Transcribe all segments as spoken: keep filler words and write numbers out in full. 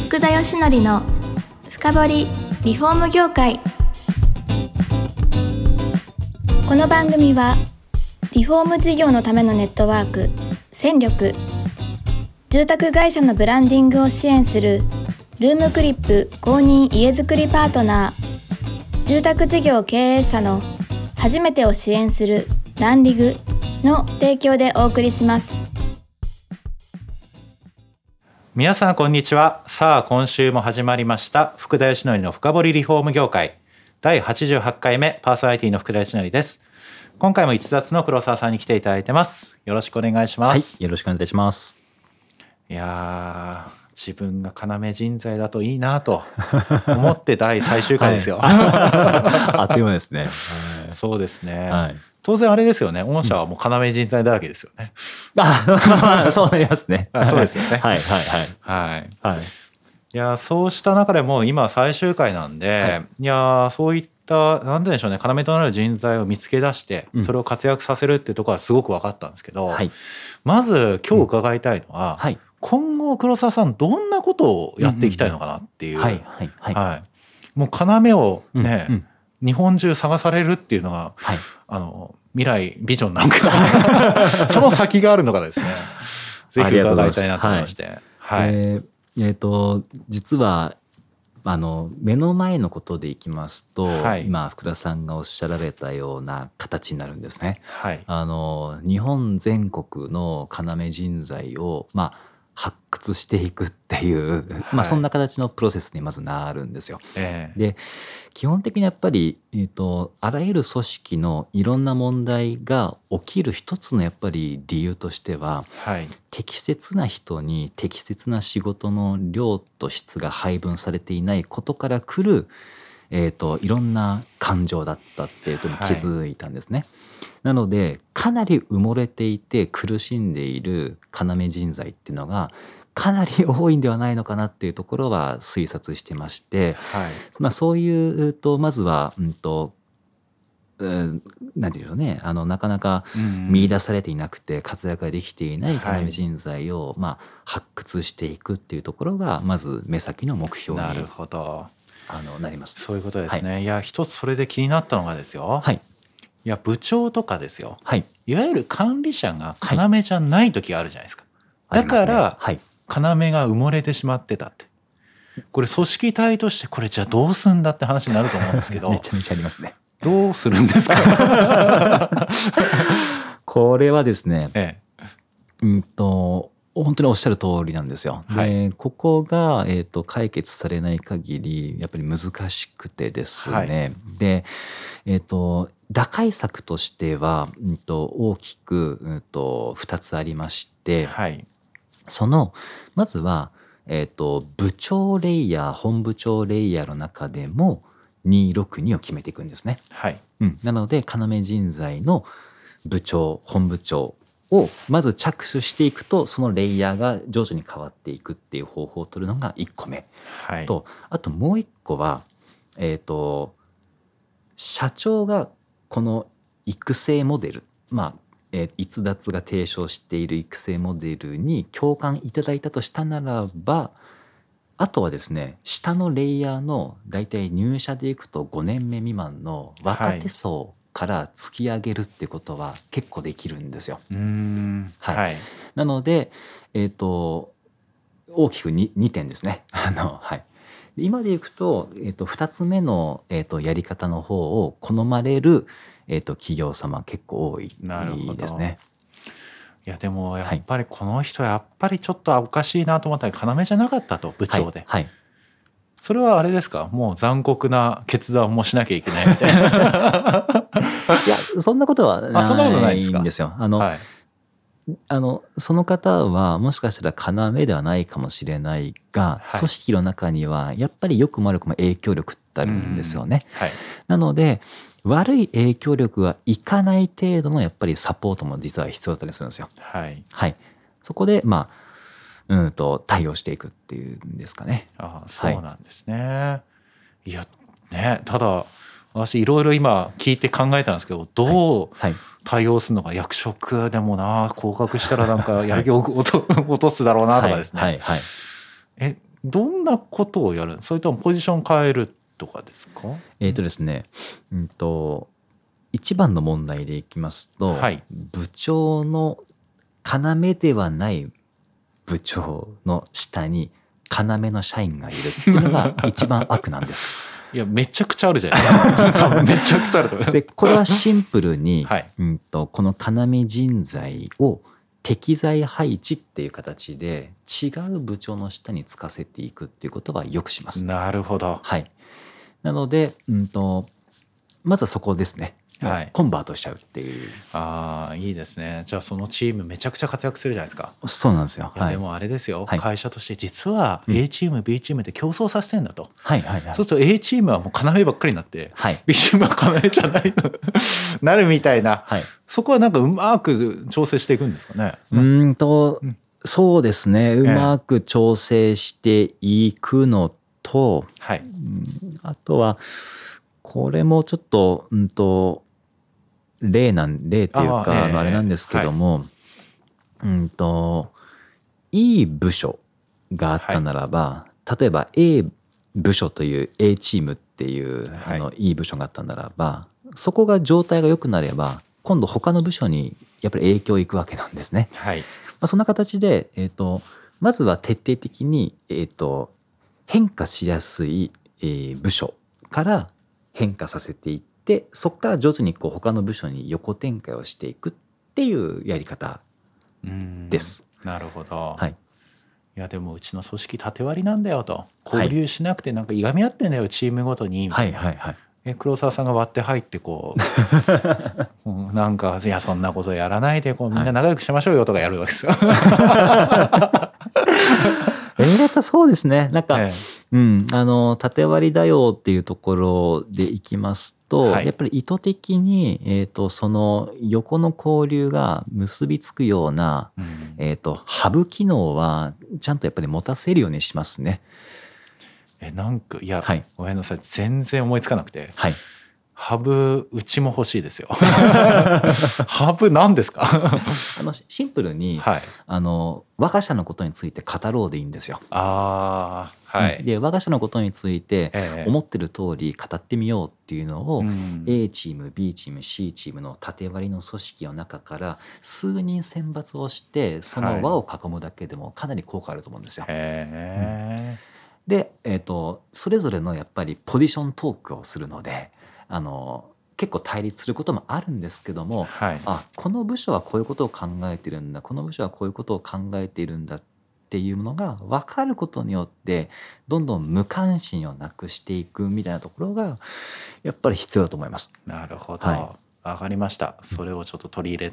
福田義則の深掘りリフォーム業界。この番組はリフォーム事業のためのネットワーク戦力、住宅会社のブランディングを支援するルームクリップ公認家づくりパートナー、住宅事業経営者の初めてを支援するランリグの提供でお送りします。 皆さんこんにちは。さあ今週も始まりました福田義則の深掘りリフォーム業界だいはちじゅうはちかいめ、パーソナリティの福田義則です。今回も逸脱の黒沢さんに来ていただいてます。よろしくお願いします。 はい、よろしくお願いいたします。 いやー、自分が要人材だといいなと思ってだい最終回ですよ、はい、 あっという間ですね、 はい、そうですね、はい、当然あれですよね、御社はもう要人材だらけですよね、 うん、あそうなりますねあそうですよねはいはいはいはいはい。いやそうした中でも今最終回なんで、はい、いやそういった何でしょうね、要となる人材を見つけ出してそれを活躍させるっていうところはすごく分かったんですけど、うんはい、まず今日伺いたいのは、うんはい、今後黒沢さんどんなことをやっていきたいのかなっていう、もう要をね、うんうん、日本中探されるっていうのが、はい、あの未来ビジョンなんかその先があるのかですねぜひ伺いたいなと思いまして、はいはい、 えーえーと実はあの目の前のことでいきますと、はい、今福田さんがおっしゃられたような形になるんですね、はい、あの日本全国の要人材を、まあ、発掘していくっていう、はいまあ、そんな形のプロセスにまずなるんですよ、えー、で基本的にやっぱり、えーと、あらゆる組織のいろんな問題が起きる一つのやっぱり理由としては、はい、適切な人に適切な仕事の量と質が配分されていないことから来る、えーと、いろんな感情だったっていうことに気づいたんですね、はい、なのでかなり埋もれていて苦しんでいる要人材っていうのがかなり多いんではないのかなっていうところは推察してまして、はいまあ、そういうとまずは、うんとうん、なんていうのね、あのなかなか見出されていなくて活躍ができていない要人材を、まあ、発掘していくっていうところがまず目先の目標になるほどあのなります。 そういうことですね、はい、いや一つそれで気になったのがですよ、はい、いや部長とかですよ、はい、いわゆる管理者が要じゃない時があるじゃないですか、はい、だから、はい要が埋もれてしまってたって、これ組織体としてこれじゃあどうすんだって話になると思うんですけどめちゃめちゃありますね。 どうするんですかこれはですね、ええ、うんと本当におっしゃる通りなんですよ。はい、でここが、えーと、解決されない限りやっぱり難しくてですね、はい、で、えーと、打開策としては、うんと、大きく、うんと、ふたつありまして、はいそのまずは、えーと、部長レイヤー本部長レイヤーの中でもにひゃくろくじゅうにを決めていくんですね、はいうん、なので要人材の部長本部長をまず着手していくとそのレイヤーが徐々に変わっていくっていう方法を取るのがいっこめ、はい、とあともういっこは、えーと、社長がこの育成モデルまあえー、逸脱が提唱している育成モデルに共感いただいたとしたならばあとはですね下のレイヤーのだいたい入社でいくとごねんめ未満の若手層から突き上げるってことは結構できるんですよ。うーん、はいはい、なので、えーと、大きく 2, にてんですねあの、はい、今でいくと、えーと、ふたつめの、えーと、やり方の方を好まれるえーと、企業様結構多いですね。 いやでもやっぱりこの人やっぱりちょっとおかしいなと思ったら要じゃなかったと部長で、はいはい、それはあれですか、もう残酷な決断もしなきゃいけないみたいないやそんなことはないんですよ。あの、はい、あのその方はもしかしたら要ではないかもしれないが、はい、組織の中にはやっぱり良くも悪くも影響力ってあるんですよね、はい、なので悪い影響力がいかない程度のやっぱりサポートも実は必要だったりするんですよ。はい。はい。そこでまあうんと対応していくっていうんですかね。 ああ、そうなんですね。はい、いやね、ただ私いろいろ今聞いて考えたんですけど、どう対応するのか、役職でもな降格したらなんかやる気を落とすだろうなとかですね。はいはいはい、えどんなことをやる？それともポジション変えるとかですか？ えっとですね、うんと一番の問題でいきますと、 はい、 部長の要ではない部長の下に要の社員がいるっていうのが一番悪なんです。 いやめちゃくちゃあるじゃないですか。めちゃくちゃある。 でこれはシンプルに、 はい、 うんとこの要人材を適材配置っていう形で違う部長の下につかせていくっていうことはよくします。 なるほど。 はい。なので、うんとまずはそこですね。はい、コンバートしちゃうっていう。 ああいいですね。じゃあそのチームめちゃくちゃ活躍するじゃないですか。 そうなんですよ。 いやでもあれですよ、 はい、 会社として実は A チーム、うん、B チームで競争させてんだと、 はいはいはい、 そうすると A チームはもう要ばっかりになって、 はい、 B チームは要じゃないなるみたいな、はい、そこはなんかうまく調整していくんですかね。 うんと、うん、そうですね、うまく調整していくのと、 はい、 うん、あとはこれもちょっとうんと例なん例っていうか あ,、えー、あれなんですけども、はい、うんといい部署があったならば、はい、例えば A 部署という A チームっていう、はい、あのいい部署があったならば、そこが状態が良くなれば今度他の部署にやっぱり影響いくわけなんですね。 はい、まあ、そんな形で、えーと、まずは徹底的に、えーと、変化しやすい、えー、部署から変化させていってでそこから徐々にこう他の部署に横展開をしていくっていうやり方です。 なるほど、 はい、 いやでもうちの組織縦割りなんだよと、交流しなくてなんかいがみ合ってんだよチームごとにみたいな、 はいはいはい、 え黒沢さんが割って入ってこうなんかいやそんなことやらないでこうみんな仲良くしましょうよとかやるわけですよ。 えー、そうですね、なんか、ええ、うん、あの縦割りだよっていうところでいきますと、はい、やっぱり意図的に、えーと、その横の交流が結びつくような、うん、えーと、ハブ機能はちゃんとやっぱり持たせるようにしますね。 えなんかいや、 はい、 ごめんなさい全然思いつかなくて、 はい、 ハブうちも欲しいですよ。ハブ何ですか？ あのシンプルに、 はい、 あの我が社のことについて語ろうでいいんですよ。 あー、はい、 で我が社のことについて思ってる通り語ってみようっていうのを、ええ、A チーム B チーム C チームの縦割りの組織の中から数人選抜をしてその輪を囲むだけでもかなり効果あると思うんですよ。 はい、へー、うん、で、えーと、それぞれのやっぱりポジショントークをするのであの結構対立することもあるんですけども、 はい、 あこの部署はこういうことを考えてるんだこの部署はこういうことを考えているんだっていうものが分かることによってどんどん無関心をなくしていくみたいなところがやっぱり必要だと思います。 なるほど、はい、分かりました。それをちょっと取り入れて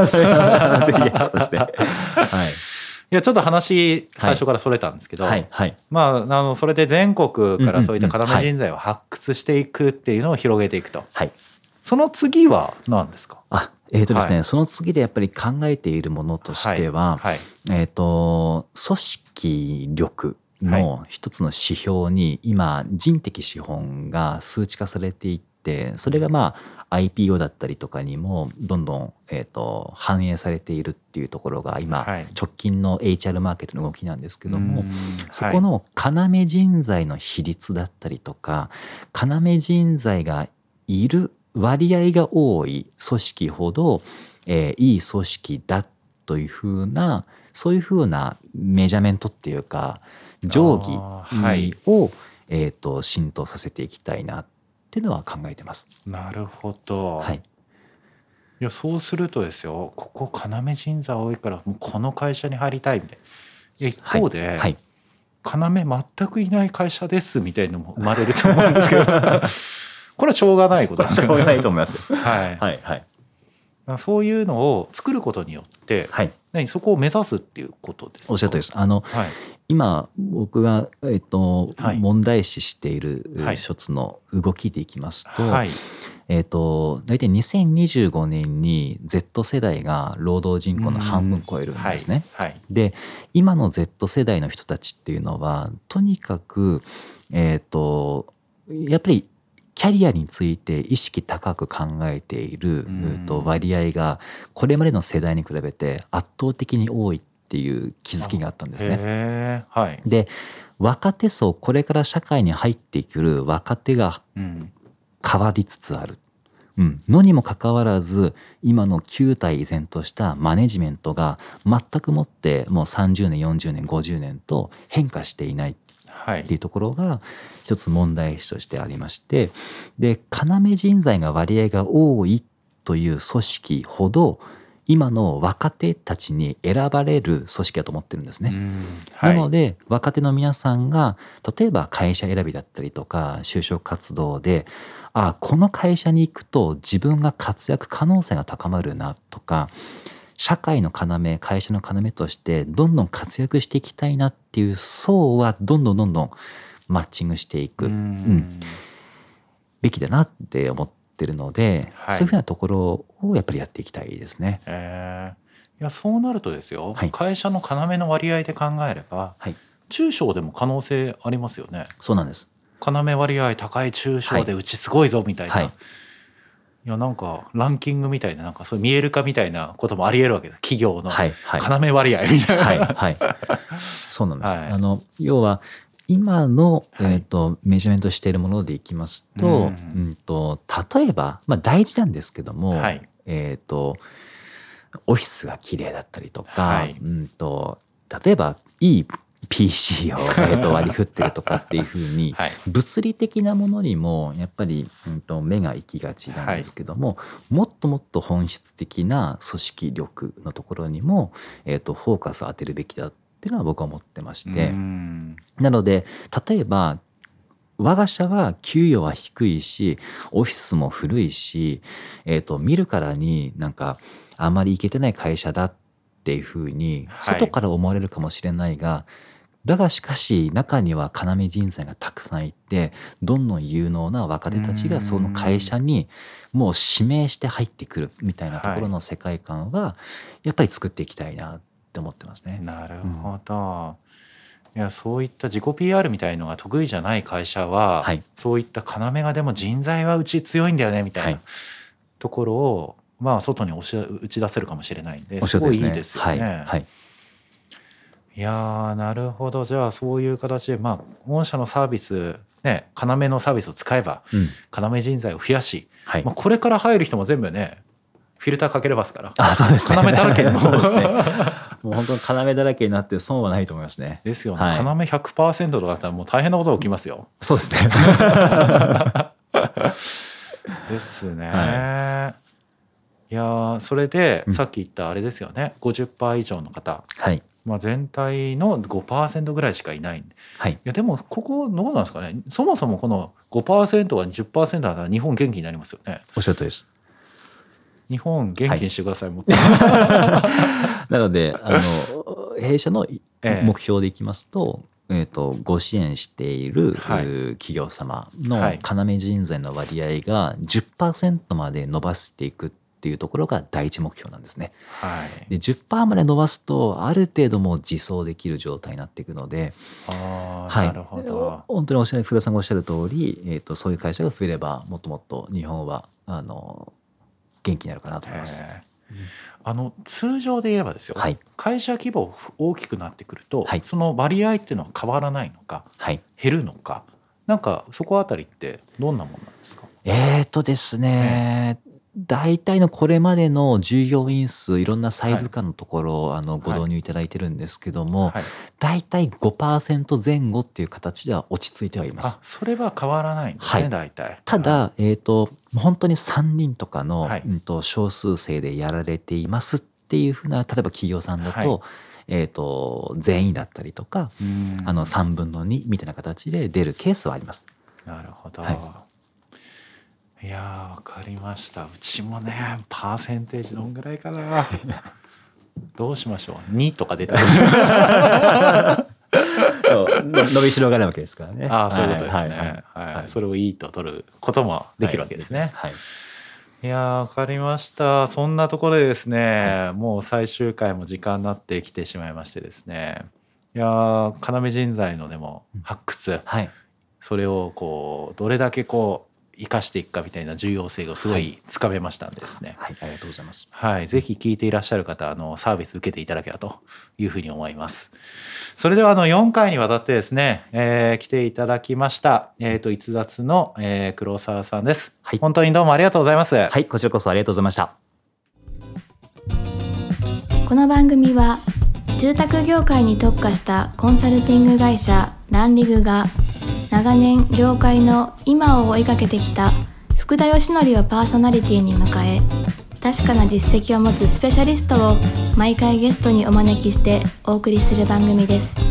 いやちょっと話最初からそれたんですけど、 はいはい、 まあ、あのそれで全国からそういった要人材を発掘していくっていうのを広げていくと、 はい、 その次は何ですか？ あえーとですね、はい、その次でやっぱり考えているものとしては、はいはい、えーと組織力の一つの指標に今人的資本が数値化されていってそれがまあ アイピーオー だったりとかにもどんどん、えーと反映されているっていうところが今、はい、直近の エイチアール マーケットの動きなんですけども、そこの要人材の比率だったりとか要人材がいる割合が多い組織ほど、えー、いい組織だというふうなそういうふうなメジャーメントっていうか定規を、はい、えーと浸透させていきたいなっていうのは考えてます。 なるほど、 はい、 いやそうするとですよここ要人材多いからもうこの会社に入りたいみたいな一方で、はいはい、要全くいない会社ですみたいなのも生まれると思うんですけどこれはしょうがないことですよね。 しょうがないと思いますよ。 はいはいはい。 そういうのを作ることによって、はい、何そこを目指すっていうことですか？ おっしゃるとおりです。あの、はい、今僕が、えっとはい、問題視している一つの動きでいきますと、はい、えっと大体にせんにじゅうごねんに Z 世代が労働人口の半分超えるんですね。はいはい、で今の Z 世代の人たちっていうのはとにかくえっとやっぱりキャリアについて意識高く考えていると割合がこれまでの世代に比べて圧倒的に多いっていう気づきがあったんですね。 へー、はい、 で若手層、これから社会に入ってくる若手が変わりつつある、うん、のにもかかわらず今の旧態依然としたマネジメントが全くもってもうさんじゅうねんよんじゅうねんごじゅうねんと変化していないっていうところが一つ問題視としてありまして、で要人材が割合が多いという組織ほど今の若手たちに選ばれる組織だと思ってるんですね。はい、なので若手の皆さんが例えば会社選びだったりとか就職活動で、あこの会社に行くと自分が活躍可能性が高まるなとか、社会の要、会社の要としてどんどん活躍していきたいなっていう層はどんどんどんどんマッチングしていく、うん、べきだなって思ってるので、はい、そういうふうなところをやっぱりやっていきたいですね。 えー、いやそうなるとですよ、 はい、 会社の要の割合で考えれば、はい、中小でも可能性ありますよね。 そうなんです。 要割合高い中小でうちすごいぞみたいな、はいはいいやなんかランキングみたいな、なんかそう見える化みたいなこともありえるわけです。企業の要割合みたいな、 はいはいはい、そうなんです、はい、あの要は今の、えーと、メジャーメントしているものでいきますと、うんうんと例えば、まあ、大事なんですけども、はいえーと、オフィスが綺麗だったりとか、はいうんと、例えばいいピーシー を、えーと割り振ってるとかっていうふうに、はい、物理的なものにもやっぱり、うん、と目が行きがちなんですけども、はい、もっともっと本質的な組織力のところにも、えーとフォーカスを当てるべきだっていうのは僕は思ってまして、うんなので例えば我が社は給与は低いしオフィスも古いし、えーと見るからになんかあんまりイケてない会社だっていうふうに外から思われるかもしれないが、はいだがしかし中には要人材がたくさんいてどんどん有能な若手たちがその会社にもう指名して入ってくるみたいなところの世界観はやっぱり作っていきたいなって思ってますね。 なるほど、うん、いやそういった自己 ピーアール みたいのが得意じゃない会社は、はい、そういった要がでも人材はうち強いんだよねみたいなところを、まあ、外に押し打ち出せるかもしれないんですごいいいですよね。はいはいいやーなるほど。じゃあそういう形でまあ御社のサービスね要のサービスを使えば、うん、要人材を増やし、はいまあ、これから入る人も全部ねフィルターかけれますから。 あそうですね。 要だらけにそうですね。もう本当に要だらけになって損はないと思いますね。 ですよね。はい、要 ひゃくパーセント とかだったらもう大変なことが起きますよ。 そうですね。 ですね。はいいやそれでさっき言ったあれですよね、うん、ごじゅっパーセント 以上の方、はいまあ、全体の ごパーセント ぐらいしかいないんで、はい、いやでもここどうなんですかね。そもそもこの ごパーセント が にじゅっパーセント だったら日本元気になりますよね。 おっしゃるとおりです。 日本元気にしてください、はい、もっとなのであの弊社の目標でいきますと、えーえー、とご支援している、はい、企業様の要人材の割合が じゅっパーセント まで伸ばしていくっていうところが第一目標なんですね。はい、で じゅっパーセント まで伸ばすとある程度もう自走できる状態になっていくので、 あ、はい、なるほど。 本当におっしゃる福田さんがおっしゃる通り、えー、とそういう会社が増えればもっともっと日本はあの元気になるかなと思います。 あの通常で言えばですよ、はい、会社規模大きくなってくると、はい、その割合っていうのは変わらないのか、はい、減るのか、なんかそこあたりってどんなものなんですか？ えーとですね、ね大体のこれまでの従業員数いろんなサイズ感のところを、はい、あのご導入いただいてるんですけども、はい、大体 ごパーセント 前後っていう形では落ち着いてはいます。 あ、それは変わらないんですね、はい、大体。 ただ、はいえーと、本当にさんにんとかの、はいうん、と少数生でやられていますっていうふうな例えば企業さんだと、はいえーと、全員だったりとかあのさんぶんのにみたいな形で出るケースはあります。 なるほど、 はいいやー分かりました。うちもねパーセンテージどんぐらいかなどうしましょうにとか出たら伸びしろがあるわけですからね。 ああそういうことですね、はいはいはい、それをいいと取ることもできるわけですね、はいはい、いやー分かりました。そんなところでですね、はい、もう最終回も時間になってきてしまいましてですね、いやー要人材のでも発掘、うんはい、それをこうどれだけこう生かしていくかみたいな重要性がすごいつかめましたんでですね、 はい、はい、ありがとうございます。 はい、ぜひ聞いていらっしゃる方あのサービス受けていただければというふうに思います。それではあのよんかいにわたってですね、えー、来ていただきました、えー、と逸脱の、えー、黒沢さんです、はい、本当にどうもありがとうございます。 はい、こちらこそありがとうございました。 この番組は住宅業界に特化したコンサルティング会社ランリグが長年業界の今を追いかけてきた福田義則をパーソナリティに迎え、確かな実績を持つスペシャリストを毎回ゲストにお招きしてお送りする番組です。